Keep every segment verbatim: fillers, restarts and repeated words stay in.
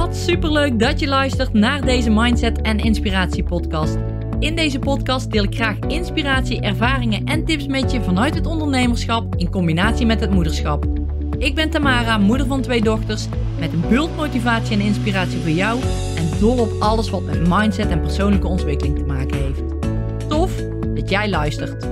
Wat superleuk dat je luistert naar deze Mindset en Inspiratie podcast. In deze podcast deel ik graag inspiratie, ervaringen en tips met je vanuit het ondernemerschap in combinatie met het moederschap. Ik ben Tamara, moeder van twee dochters, met een bult motivatie en inspiratie voor jou en dol op alles wat met mindset en persoonlijke ontwikkeling te maken heeft. Tof dat jij luistert.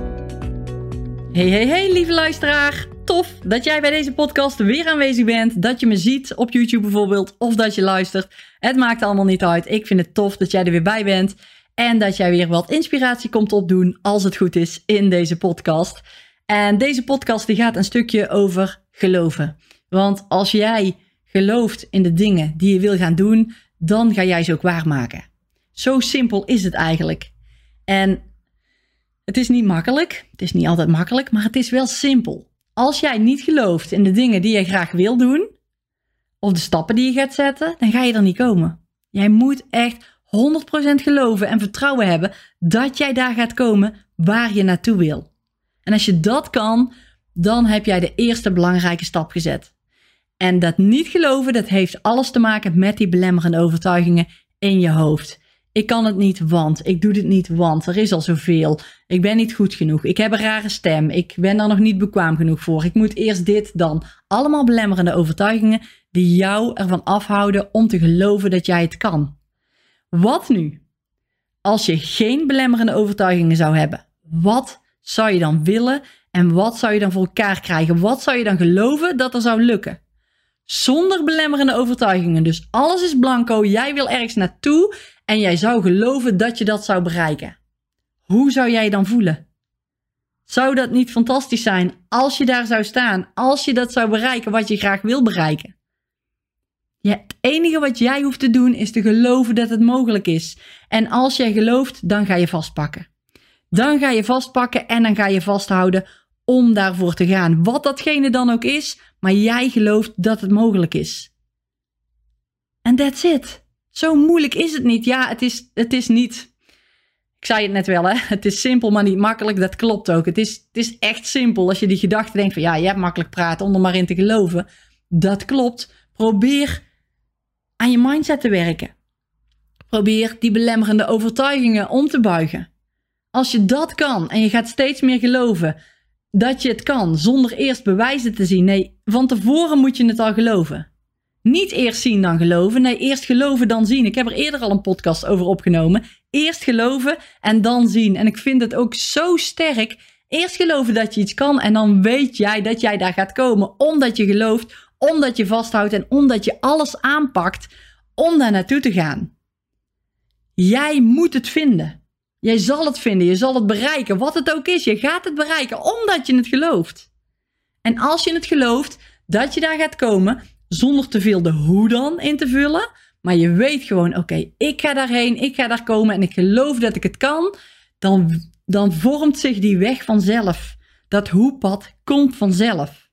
Hey, hey, hey lieve luisteraar. Tof dat jij bij deze podcast weer aanwezig bent. Dat je me ziet op YouTube bijvoorbeeld of dat je luistert. Het maakt allemaal niet uit. Ik vind het tof dat jij er weer bij bent. En dat jij weer wat inspiratie komt opdoen als het goed is in deze podcast. En deze podcast die gaat een stukje over geloven. Want als jij gelooft in de dingen die je wil gaan doen, dan ga jij ze ook waarmaken. Zo simpel is het eigenlijk. En het is niet makkelijk. Het is niet altijd makkelijk, maar het is wel simpel. Als jij niet gelooft in de dingen die je graag wil doen, of de stappen die je gaat zetten, dan ga je er niet komen. Jij moet echt honderd procent geloven en vertrouwen hebben dat jij daar gaat komen waar je naartoe wil. En als je dat kan, dan heb jij de eerste belangrijke stap gezet. En dat niet geloven, dat heeft alles te maken met die belemmerende overtuigingen in je hoofd. Ik kan het niet, want. Ik doe dit niet, want. Er is al zoveel. Ik ben niet goed genoeg. Ik heb een rare stem. Ik ben daar nog niet bekwaam genoeg voor. Ik moet eerst dit, dan. Allemaal belemmerende overtuigingen die jou ervan afhouden om te geloven dat jij het kan. Wat nu? Als je geen belemmerende overtuigingen zou hebben, wat zou je dan willen en wat zou je dan voor elkaar krijgen? Wat zou je dan geloven dat er zou lukken? Zonder belemmerende overtuigingen. Dus alles is blanco. Jij wil ergens naartoe en jij zou geloven dat je dat zou bereiken. Hoe zou jij je dan voelen? Zou dat niet fantastisch zijn als je daar zou staan? Als je dat zou bereiken wat je graag wil bereiken? Ja, het enige wat jij hoeft te doen is te geloven dat het mogelijk is. En als jij gelooft, dan ga je vastpakken. Dan ga je vastpakken en dan ga je vasthouden om daarvoor te gaan. Wat datgene dan ook is, maar jij gelooft dat het mogelijk is. En that's it. Zo moeilijk is het niet. Ja, het is, het is niet... Ik zei het net wel, hè. Het is simpel, maar niet makkelijk. Dat klopt ook. Het is, het is echt simpel. Als je die gedachte denkt van... Ja, je hebt makkelijk praten om er maar in te geloven. Dat klopt. Probeer aan je mindset te werken. Probeer die belemmerende overtuigingen om te buigen. Als je dat kan en je gaat steeds meer geloven dat je het kan, zonder eerst bewijzen te zien. Nee, van tevoren moet je het al geloven. Niet eerst zien dan geloven. Nee, eerst geloven dan zien. Ik heb er eerder al een podcast over opgenomen. Eerst geloven en dan zien. En ik vind het ook zo sterk. Eerst geloven dat je iets kan en dan weet jij dat jij daar gaat komen. Omdat je gelooft, omdat je vasthoudt en omdat je alles aanpakt om daar naartoe te gaan. Jij moet het vinden. Jij zal het vinden, je zal het bereiken. Wat het ook is, je gaat het bereiken omdat je het gelooft. En als je het gelooft dat je daar gaat komen, zonder te veel de hoe dan in te vullen, maar je weet gewoon, oké, okay, ik ga daarheen, ik ga daar komen en ik geloof dat ik het kan, dan, dan vormt zich die weg vanzelf. Dat hoe-pad komt vanzelf.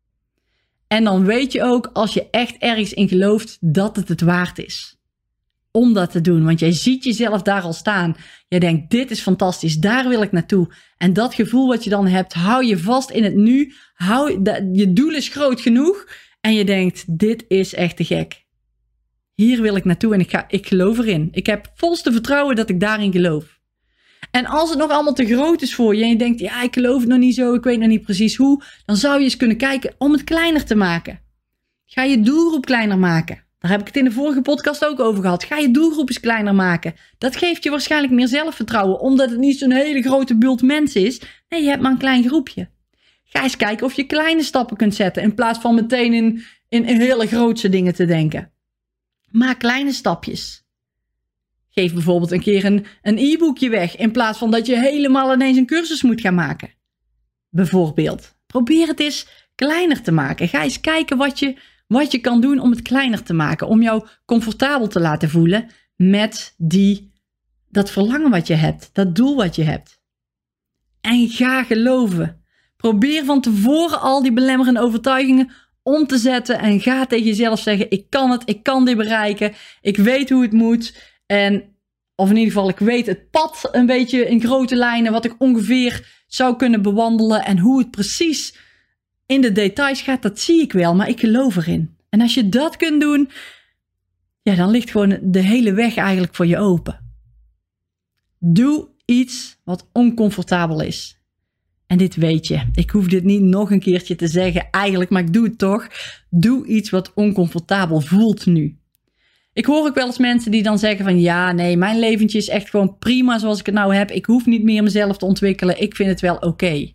En dan weet je ook, als je echt ergens in gelooft, dat het het waard is. Om dat te doen, want jij ziet jezelf daar al staan. Jij denkt, dit is fantastisch, daar wil ik naartoe. En dat gevoel wat je dan hebt, hou je vast in het nu. Hou, je doel is groot genoeg. En je denkt, dit is echt te gek. Hier wil ik naartoe en ik, ga, ik geloof erin. Ik heb volste vertrouwen dat ik daarin geloof. En als het nog allemaal te groot is voor je en je denkt, ja, ik geloof het nog niet zo, ik weet nog niet precies hoe. Dan zou je eens kunnen kijken om het kleiner te maken. Ga je doelgroep kleiner maken. Daar heb ik het in de vorige podcast ook over gehad. Ga je doelgroep eens kleiner maken. Dat geeft je waarschijnlijk meer zelfvertrouwen. Omdat het niet zo'n hele grote bult mensen is. Nee, je hebt maar een klein groepje. Ga eens kijken of je kleine stappen kunt zetten. In plaats van meteen in, in hele grootse dingen te denken. Maak kleine stapjes. Geef bijvoorbeeld een keer een, een e-boekje weg. In plaats van dat je helemaal ineens een cursus moet gaan maken. Bijvoorbeeld. Probeer het eens kleiner te maken. Ga eens kijken wat je... Wat je kan doen om het kleiner te maken. Om jou comfortabel te laten voelen met die, dat verlangen wat je hebt. Dat doel wat je hebt. En ga geloven. Probeer van tevoren al die belemmerende overtuigingen om te zetten. En ga tegen jezelf zeggen, ik kan het, ik kan dit bereiken. Ik weet hoe het moet. En, of in ieder geval, ik weet het pad een beetje in grote lijnen. Wat ik ongeveer zou kunnen bewandelen. En hoe het precies in de details gaat, dat zie ik wel, maar ik geloof erin. En als je dat kunt doen, ja, dan ligt gewoon de hele weg eigenlijk voor je open. Doe iets wat oncomfortabel is. En dit weet je. Ik hoef dit niet nog een keertje te zeggen eigenlijk, maar ik doe het toch. Doe iets wat oncomfortabel voelt nu. Ik hoor ook wel eens mensen die dan zeggen van ja, nee, mijn leventje is echt gewoon prima zoals ik het nou heb. Ik hoef niet meer mezelf te ontwikkelen. Ik vind het wel oké. Okay.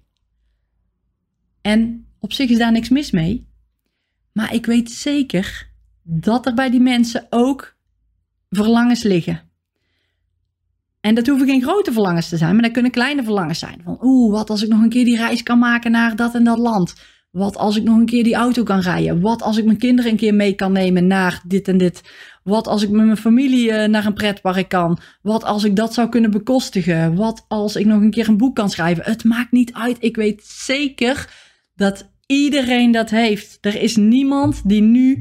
En op zich is daar niks mis mee. Maar ik weet zeker dat er bij die mensen ook verlangens liggen. En dat hoeven geen grote verlangens te zijn, maar dat kunnen kleine verlangens zijn. Van oeh, wat als ik nog een keer die reis kan maken naar dat en dat land? Wat als ik nog een keer die auto kan rijden? Wat als ik mijn kinderen een keer mee kan nemen naar dit en dit? Wat als ik met mijn familie naar een pretpark kan? Wat als ik dat zou kunnen bekostigen? Wat als ik nog een keer een boek kan schrijven? Het maakt niet uit. Ik weet zeker dat iedereen dat heeft. Er is niemand die nu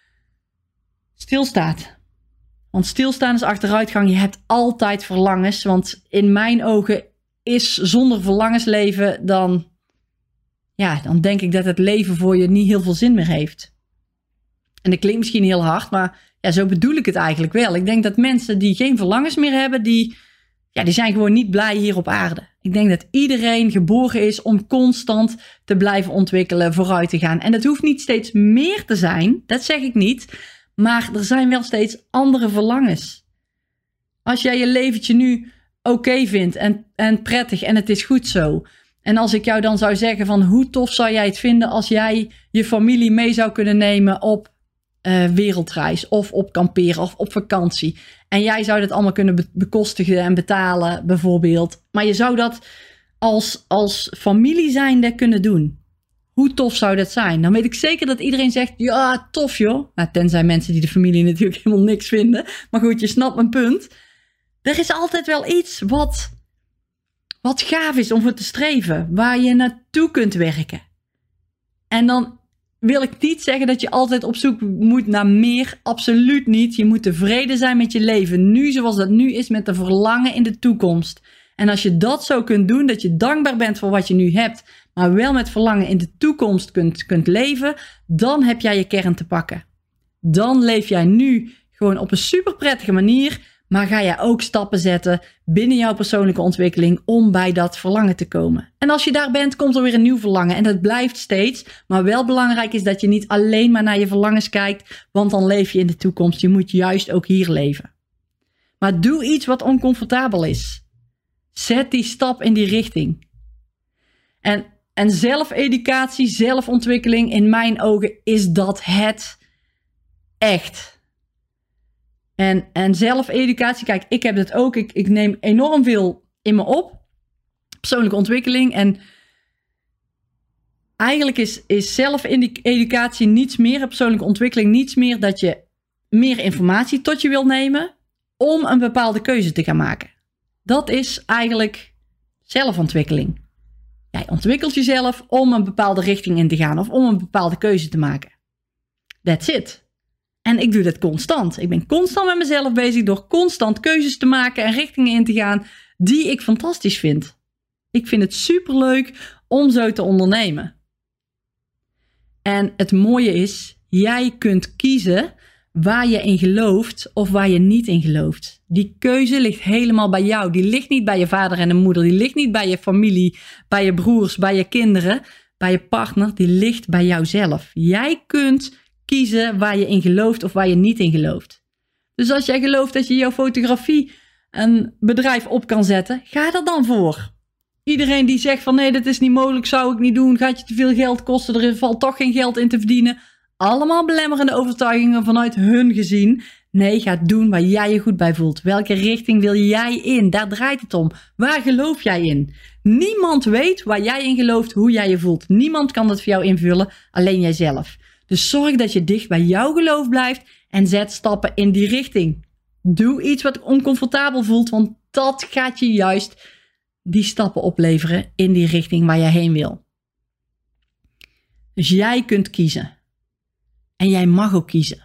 stilstaat. Want stilstaan is achteruitgang. Je hebt altijd verlangens. Want in mijn ogen is zonder verlangens leven, dan, ja, dan denk ik dat het leven voor je niet heel veel zin meer heeft. En dat klinkt misschien heel hard, maar ja, zo bedoel ik het eigenlijk wel. Ik denk dat mensen die geen verlangens meer hebben, die, ja, die zijn gewoon niet blij hier op aarde. Ik denk dat iedereen geboren is om constant te blijven ontwikkelen, vooruit te gaan. En dat hoeft niet steeds meer te zijn, dat zeg ik niet. Maar er zijn wel steeds andere verlangens. Als jij je leventje nu oké okay vindt en, en prettig en het is goed zo. En als ik jou dan zou zeggen van hoe tof zou jij het vinden als jij je familie mee zou kunnen nemen op uh, wereldreis of op kamperen of op vakantie. En jij zou dat allemaal kunnen be- bekostigen en betalen bijvoorbeeld. Maar je zou dat als, als familie zijnde kunnen doen. Hoe tof zou dat zijn? Dan weet ik zeker dat iedereen zegt, ja, tof joh. Nou, tenzij mensen die de familie natuurlijk helemaal niks vinden. Maar goed, je snapt mijn punt. Er is altijd wel iets wat, wat gaaf is om voor te streven. Waar je naartoe kunt werken. En dan wil ik niet zeggen dat je altijd op zoek moet naar meer. Absoluut niet. Je moet tevreden zijn met je leven. Nu zoals dat nu is, met de verlangen in de toekomst. En als je dat zo kunt doen, dat je dankbaar bent voor wat je nu hebt, maar wel met verlangen in de toekomst kunt, kunt leven, dan heb jij je kern te pakken. Dan leef jij nu gewoon op een super prettige manier, maar ga jij ook stappen zetten binnen jouw persoonlijke ontwikkeling om bij dat verlangen te komen. En als je daar bent, komt er weer een nieuw verlangen en dat blijft steeds. Maar wel belangrijk is dat je niet alleen maar naar je verlangens kijkt, want dan leef je in de toekomst. Je moet juist ook hier leven. Maar doe iets wat oncomfortabel is. Zet die stap in die richting. En, en zelfeducatie, zelfontwikkeling, in mijn ogen is dat het echt. En, en zelfeducatie, kijk, ik heb dat ook. Ik, ik neem enorm veel in me op. Persoonlijke ontwikkeling. En eigenlijk is, is zelfeducatie niets meer, persoonlijke ontwikkeling niets meer, dat je meer informatie tot je wilt nemen om een bepaalde keuze te gaan maken. Dat is eigenlijk zelfontwikkeling. Jij ontwikkelt jezelf om een bepaalde richting in te gaan of om een bepaalde keuze te maken. That's it. En ik doe dat constant. Ik ben constant met mezelf bezig door constant keuzes te maken en richtingen in te gaan die ik fantastisch vind. Ik vind het superleuk om zo te ondernemen. En het mooie is, jij kunt kiezen waar je in gelooft of waar je niet in gelooft. Die keuze ligt helemaal bij jou. Die ligt niet bij je vader en de moeder. Die ligt niet bij je familie, bij je broers, bij je kinderen, bij je partner. Die ligt bij jouzelf. Jij kunt kiezen waar je in gelooft of waar je niet in gelooft. Dus als jij gelooft dat je jouw fotografie een bedrijf op kan zetten, ga er dan voor. Iedereen die zegt van nee, dat is niet mogelijk, zou ik niet doen, gaat je te veel geld kosten, er valt toch geen geld in te verdienen. Allemaal belemmerende overtuigingen vanuit hun gezien. Nee, ga doen waar jij je goed bij voelt. Welke richting wil jij in? Daar draait het om. Waar geloof jij in? Niemand weet waar jij in gelooft, hoe jij je voelt. Niemand kan dat voor jou invullen, alleen jijzelf. Dus zorg dat je dicht bij jouw geloof blijft en zet stappen in die richting. Doe iets wat oncomfortabel voelt, want dat gaat je juist die stappen opleveren in die richting waar jij heen wil. Dus jij kunt kiezen. En jij mag ook kiezen.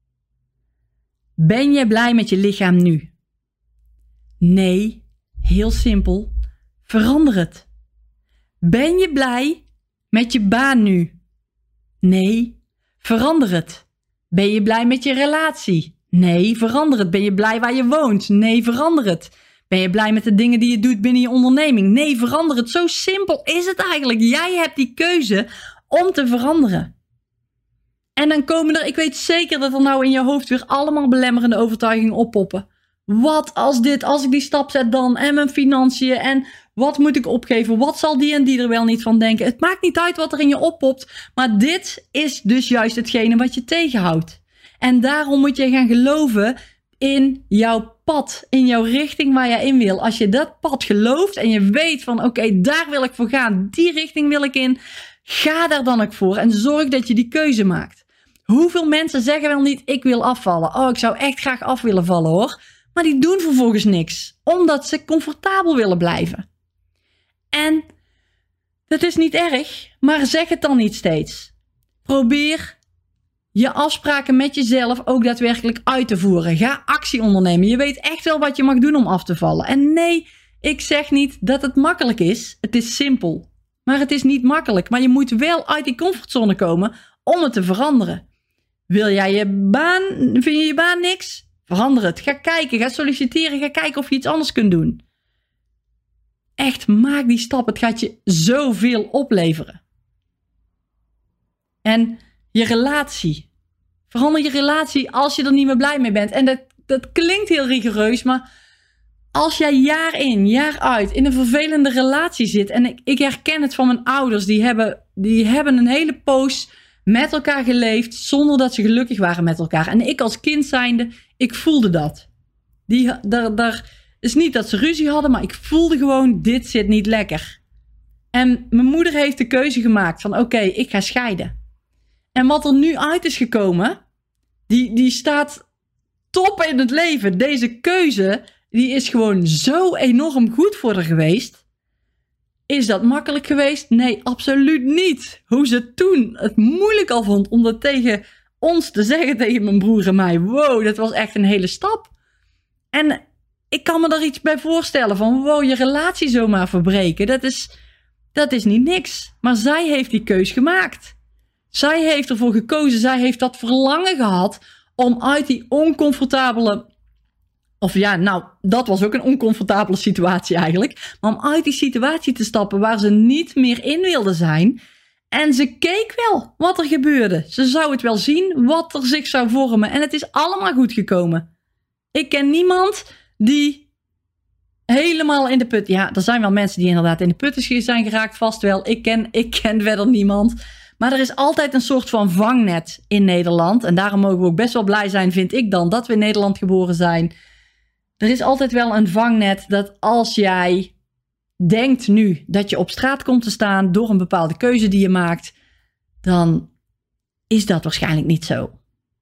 Ben je blij met je lichaam nu? Nee, heel simpel. Verander het. Ben je blij met je baan nu? Nee, verander het. Ben je blij met je relatie? Nee, verander het. Ben je blij waar je woont? Nee, verander het. Ben je blij met de dingen die je doet binnen je onderneming? Nee, verander het. Zo simpel is het eigenlijk. Jij hebt die keuze om te veranderen. En dan komen er, ik weet zeker dat er nou in je hoofd weer allemaal belemmerende overtuigingen oppoppen. Wat als dit, als ik die stap zet dan, en mijn financiën, en wat moet ik opgeven? Wat zal die en die er wel niet van denken? Het maakt niet uit wat er in je oppopt, maar dit is dus juist hetgene wat je tegenhoudt. En daarom moet je gaan geloven in jouw pad, in jouw richting waar je in wil. Als je dat pad gelooft en je weet van oké, okay, daar wil ik voor gaan, die richting wil ik in, ga daar dan ook voor en zorg dat je die keuze maakt. Hoeveel mensen zeggen wel niet, ik wil afvallen. Oh, ik zou echt graag af willen vallen hoor. Maar die doen vervolgens niks, omdat ze comfortabel willen blijven. En dat is niet erg, maar zeg het dan niet steeds. Probeer je afspraken met jezelf ook daadwerkelijk uit te voeren. Ga actie ondernemen. Je weet echt wel wat je mag doen om af te vallen. En nee, ik zeg niet dat het makkelijk is. Het is simpel. Maar het is niet makkelijk. Maar je moet wel uit die comfortzone komen om het te veranderen. Wil jij je baan, vind je je baan niks? Verander het. Ga kijken, ga solliciteren, ga kijken of je iets anders kunt doen. Echt, maak die stap. Het gaat je zoveel opleveren. En je relatie. Verander je relatie als je er niet meer blij mee bent. En dat, dat klinkt heel rigoureus, maar als jij jaar in, jaar uit in een vervelende relatie zit. En ik, ik herken het van mijn ouders. Die hebben, die hebben een hele poos met elkaar geleefd zonder dat ze gelukkig waren met elkaar. En ik als kind zijnde, ik voelde dat. Die, daar, daar is niet dat ze ruzie hadden, maar ik voelde gewoon, dit zit niet lekker. En mijn moeder heeft de keuze gemaakt van oké, okay, ik ga scheiden. En wat er nu uit is gekomen, die, die staat top in het leven. Deze keuze, die is gewoon zo enorm goed voor haar geweest. Is dat makkelijk geweest? Nee, absoluut niet. Hoe ze toen het moeilijk al vond om dat tegen ons te zeggen, tegen mijn broer en mij. Wow, dat was echt een hele stap. En ik kan me daar iets bij voorstellen van wow, je relatie zomaar verbreken. Dat is, dat is niet niks. Maar zij heeft die keus gemaakt. Zij heeft ervoor gekozen, zij heeft dat verlangen gehad om uit die oncomfortabele, of ja, nou, dat was ook een oncomfortabele situatie eigenlijk, maar om uit die situatie te stappen waar ze niet meer in wilde zijn. En ze keek wel wat er gebeurde. Ze zou het wel zien wat er zich zou vormen en het is allemaal goed gekomen. Ik ken niemand die helemaal in de put, ja, er zijn wel mensen die inderdaad in de put zijn geraakt, vast wel. Ik ken, ik ken verder niemand. Maar er is altijd een soort van vangnet in Nederland. En daarom mogen we ook best wel blij zijn, vind ik dan, dat we in Nederland geboren zijn. Er is altijd wel een vangnet dat als jij denkt nu dat je op straat komt te staan door een bepaalde keuze die je maakt, dan is dat waarschijnlijk niet zo.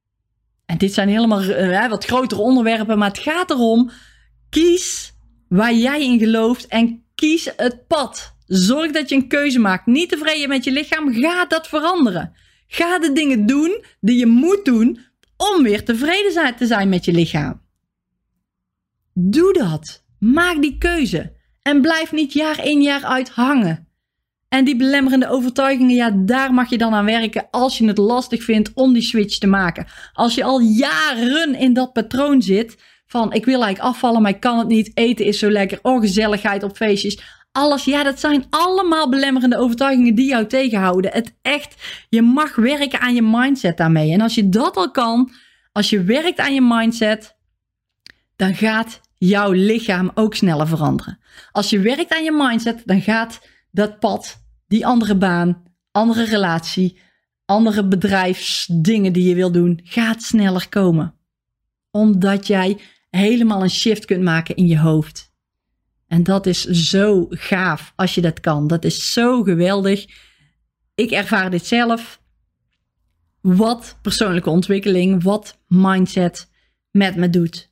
En dit zijn helemaal uh, wat grotere onderwerpen, maar het gaat erom, kies waar jij in gelooft en kies het pad. Zorg dat je een keuze maakt. Niet tevreden met je lichaam, ga dat veranderen. Ga de dingen doen die je moet doen om weer tevreden te zijn met je lichaam. Doe dat. Maak die keuze. En blijf niet jaar in jaar uit hangen. En die belemmerende overtuigingen, ja, daar mag je dan aan werken als je het lastig vindt om die switch te maken. Als je al jaren in dat patroon zit van ik wil eigenlijk afvallen, maar ik kan het niet. Eten is zo lekker. Oh, gezelligheid op feestjes. Alles, ja, dat zijn allemaal belemmerende overtuigingen die jou tegenhouden. Het echt, je mag werken aan je mindset daarmee. En als je dat al kan, als je werkt aan je mindset, dan gaat jouw lichaam ook sneller veranderen. Als je werkt aan je mindset, dan gaat dat pad, die andere baan, andere relatie, andere bedrijfsdingen die je wil doen, gaat sneller komen. Omdat jij helemaal een shift kunt maken in je hoofd. En dat is zo gaaf als je dat kan. Dat is zo geweldig. Ik ervaar dit zelf. Wat persoonlijke ontwikkeling, wat mindset met me doet.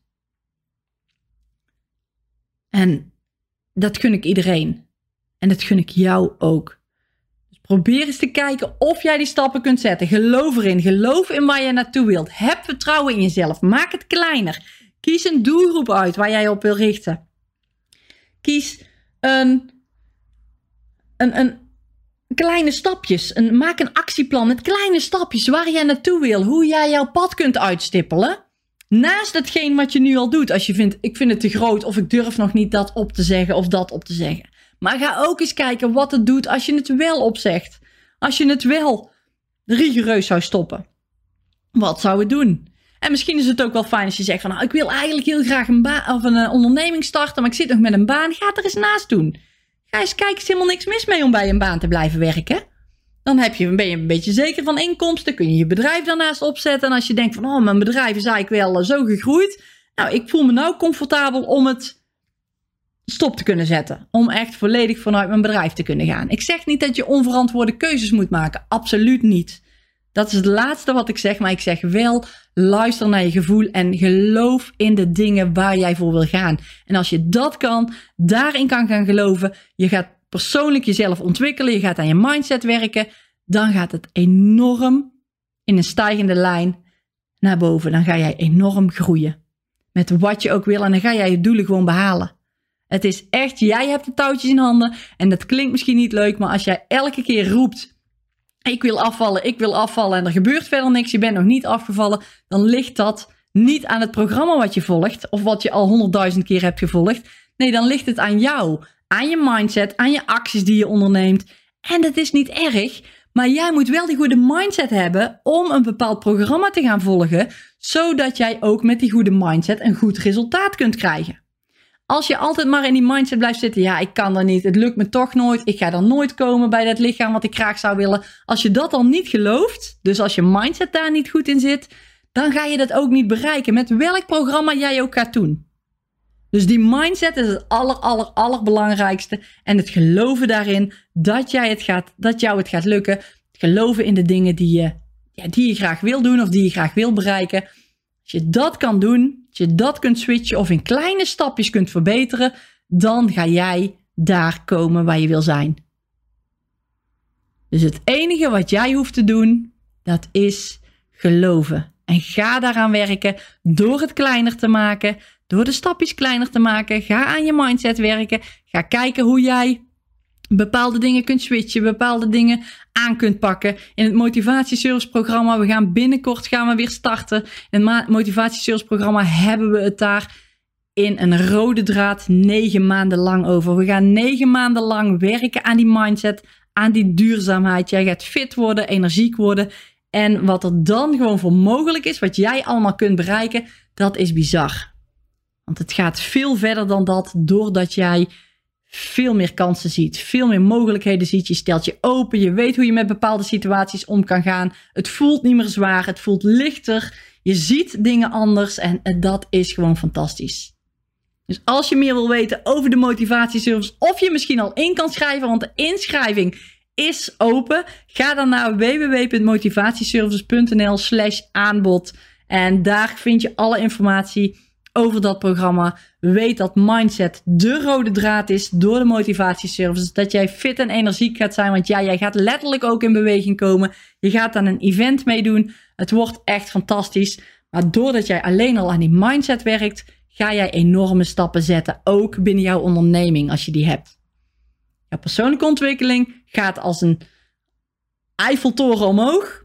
En dat gun ik iedereen. En dat gun ik jou ook. Dus probeer eens te kijken of jij die stappen kunt zetten. Geloof erin. Geloof in waar je naartoe wilt. Heb vertrouwen in jezelf. Maak het kleiner. Kies een doelgroep uit waar jij op wil richten. Kies een, een, een kleine stapjes. Een, maak een actieplan met kleine stapjes waar jij naartoe wil. Hoe jij jouw pad kunt uitstippelen. Naast hetgeen wat je nu al doet. Als je vindt, ik vind het te groot of ik durf nog niet dat op te zeggen of dat op te zeggen. Maar ga ook eens kijken wat het doet als je het wel opzegt. Als je het wel rigoureus zou stoppen. Wat zou het doen? En misschien is het ook wel fijn als je zegt van, nou, ik wil eigenlijk heel graag een baan of een uh, onderneming starten, maar ik zit nog met een baan. Ga het er eens naast doen. Ga eens kijken, er is helemaal niks mis mee om bij een baan te blijven werken. Dan heb je, ben je een beetje zeker van inkomsten. Kun je je bedrijf daarnaast opzetten. En als je denkt van, oh, mijn bedrijf is eigenlijk wel uh, zo gegroeid. Nou, ik voel me nou comfortabel om het stop te kunnen zetten. Om echt volledig vanuit mijn bedrijf te kunnen gaan. Ik zeg niet dat je onverantwoorde keuzes moet maken. Absoluut niet. Dat is het laatste wat ik zeg. Maar ik zeg wel, luister naar je gevoel en geloof in de dingen waar jij voor wil gaan. En als je dat kan, daarin kan gaan geloven. Je gaat persoonlijk jezelf ontwikkelen. Je gaat aan je mindset werken. Dan gaat het enorm in een stijgende lijn naar boven. Dan ga jij enorm groeien. Met wat je ook wil. En dan ga jij je doelen gewoon behalen. Het is echt, jij hebt de touwtjes in handen. En dat klinkt misschien niet leuk. Maar als jij elke keer roept, ik wil afvallen, ik wil afvallen en er gebeurt verder niks, je bent nog niet afgevallen, dan ligt dat niet aan het programma wat je volgt of wat je al honderdduizend keer hebt gevolgd. Nee, dan ligt het aan jou, aan je mindset, aan je acties die je onderneemt. En dat is niet erg, maar jij moet wel die goede mindset hebben om een bepaald programma te gaan volgen, zodat jij ook met die goede mindset een goed resultaat kunt krijgen. Als je altijd maar in die mindset blijft zitten, ja, ik kan dat niet, het lukt me toch nooit, ik ga dan nooit komen bij dat lichaam wat ik graag zou willen. Als je dat al niet gelooft, dus als je mindset daar niet goed in zit, dan ga je dat ook niet bereiken, met welk programma jij ook gaat doen. Dus die mindset is het aller, aller, allerbelangrijkste en het geloven daarin dat, jij het gaat, dat jou het gaat lukken. Geloven in de dingen die je, ja, die je graag wil doen of die je graag wil bereiken. Als je dat kan doen, als je dat kunt switchen of in kleine stapjes kunt verbeteren, dan ga jij daar komen waar je wil zijn. Dus het enige wat jij hoeft te doen, dat is geloven. En ga daaraan werken door het kleiner te maken, door de stapjes kleiner te maken. Ga aan je mindset werken. Ga kijken hoe jij bepaalde dingen kunt switchen, bepaalde dingen aan kunt pakken. In het motivatieservice programma, we gaan binnenkort gaan we weer starten. In het motivatieservice programma hebben we het daar in een rode draad negen maanden lang over. We gaan negen maanden lang werken aan die mindset, aan die duurzaamheid. Jij gaat fit worden, energiek worden. En wat er dan gewoon voor mogelijk is, wat jij allemaal kunt bereiken, dat is bizar. Want het gaat veel verder dan dat, doordat jij veel meer kansen ziet, veel meer mogelijkheden ziet. Je stelt je open, je weet hoe je met bepaalde situaties om kan gaan. Het voelt niet meer zwaar, het voelt lichter. Je ziet dingen anders en dat is gewoon fantastisch. Dus als je meer wil weten over de motivatieservice of je misschien al in kan schrijven, want de inschrijving is open. Ga dan naar w w w punt motivatieservice punt n l slash aanbod en daar vind je alle informatie over dat programma. Weet dat mindset de rode draad is door de motivatieservice. Dat jij fit en energiek gaat zijn. Want ja, jij gaat letterlijk ook in beweging komen. Je gaat aan een event meedoen. Het wordt echt fantastisch. Maar doordat jij alleen al aan die mindset werkt, ga jij enorme stappen zetten. Ook binnen jouw onderneming als je die hebt. Jouw persoonlijke ontwikkeling gaat als een Eiffeltoren omhoog.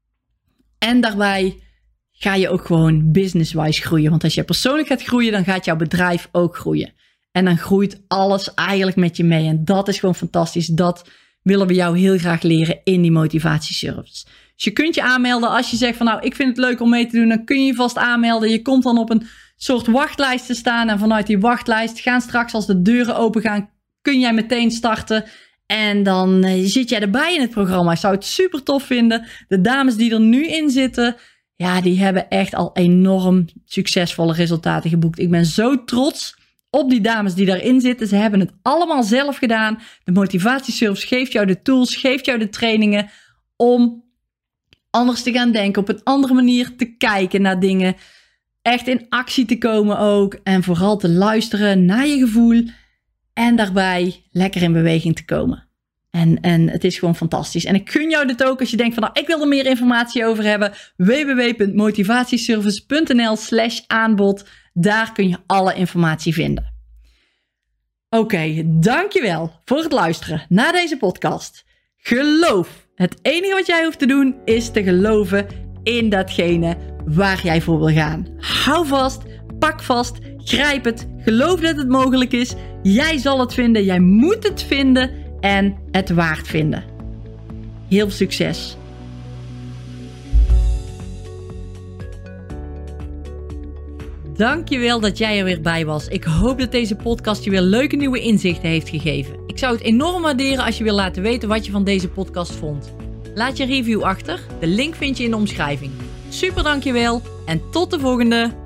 En daarbij ga je ook gewoon business-wise groeien. Want als je persoonlijk gaat groeien, dan gaat jouw bedrijf ook groeien. En dan groeit alles eigenlijk met je mee. En dat is gewoon fantastisch. Dat willen we jou heel graag leren in die motivatieservice. Dus je kunt je aanmelden als je zegt van nou, ik vind het leuk om mee te doen. Dan kun je je vast aanmelden. Je komt dan op een soort wachtlijst te staan. En vanuit die wachtlijst gaan straks als de deuren open gaan, kun jij meteen starten. En dan uh, zit jij erbij in het programma. Ik zou het super tof vinden. De dames die er nu in zitten, ja, die hebben echt al enorm succesvolle resultaten geboekt. Ik ben zo trots op die dames die daarin zitten. Ze hebben het allemaal zelf gedaan. De motivatieservice geeft jou de tools, geeft jou de trainingen om anders te gaan denken, op een andere manier te kijken naar dingen. Echt in actie te komen ook. En vooral te luisteren naar je gevoel. En daarbij lekker in beweging te komen. En, en het is gewoon fantastisch. En ik gun jou dit ook als je denkt van nou, ik wil er meer informatie over hebben. w w w punt motivatieservice punt n l slash aanbod. Daar kun je alle informatie vinden. Oké, okay, dankjewel voor het luisteren naar deze podcast. Geloof. Het enige wat jij hoeft te doen is te geloven in datgene waar jij voor wil gaan. Hou vast, pak vast, grijp het, geloof dat het mogelijk is. Jij zal het vinden, jij moet het vinden en het waard vinden. Heel veel succes! Dankjewel dat jij er weer bij was. Ik hoop dat deze podcast je weer leuke nieuwe inzichten heeft gegeven. Ik zou het enorm waarderen als je wil laten weten wat je van deze podcast vond. Laat je review achter. De link vind je in de omschrijving. Super dankjewel en tot de volgende!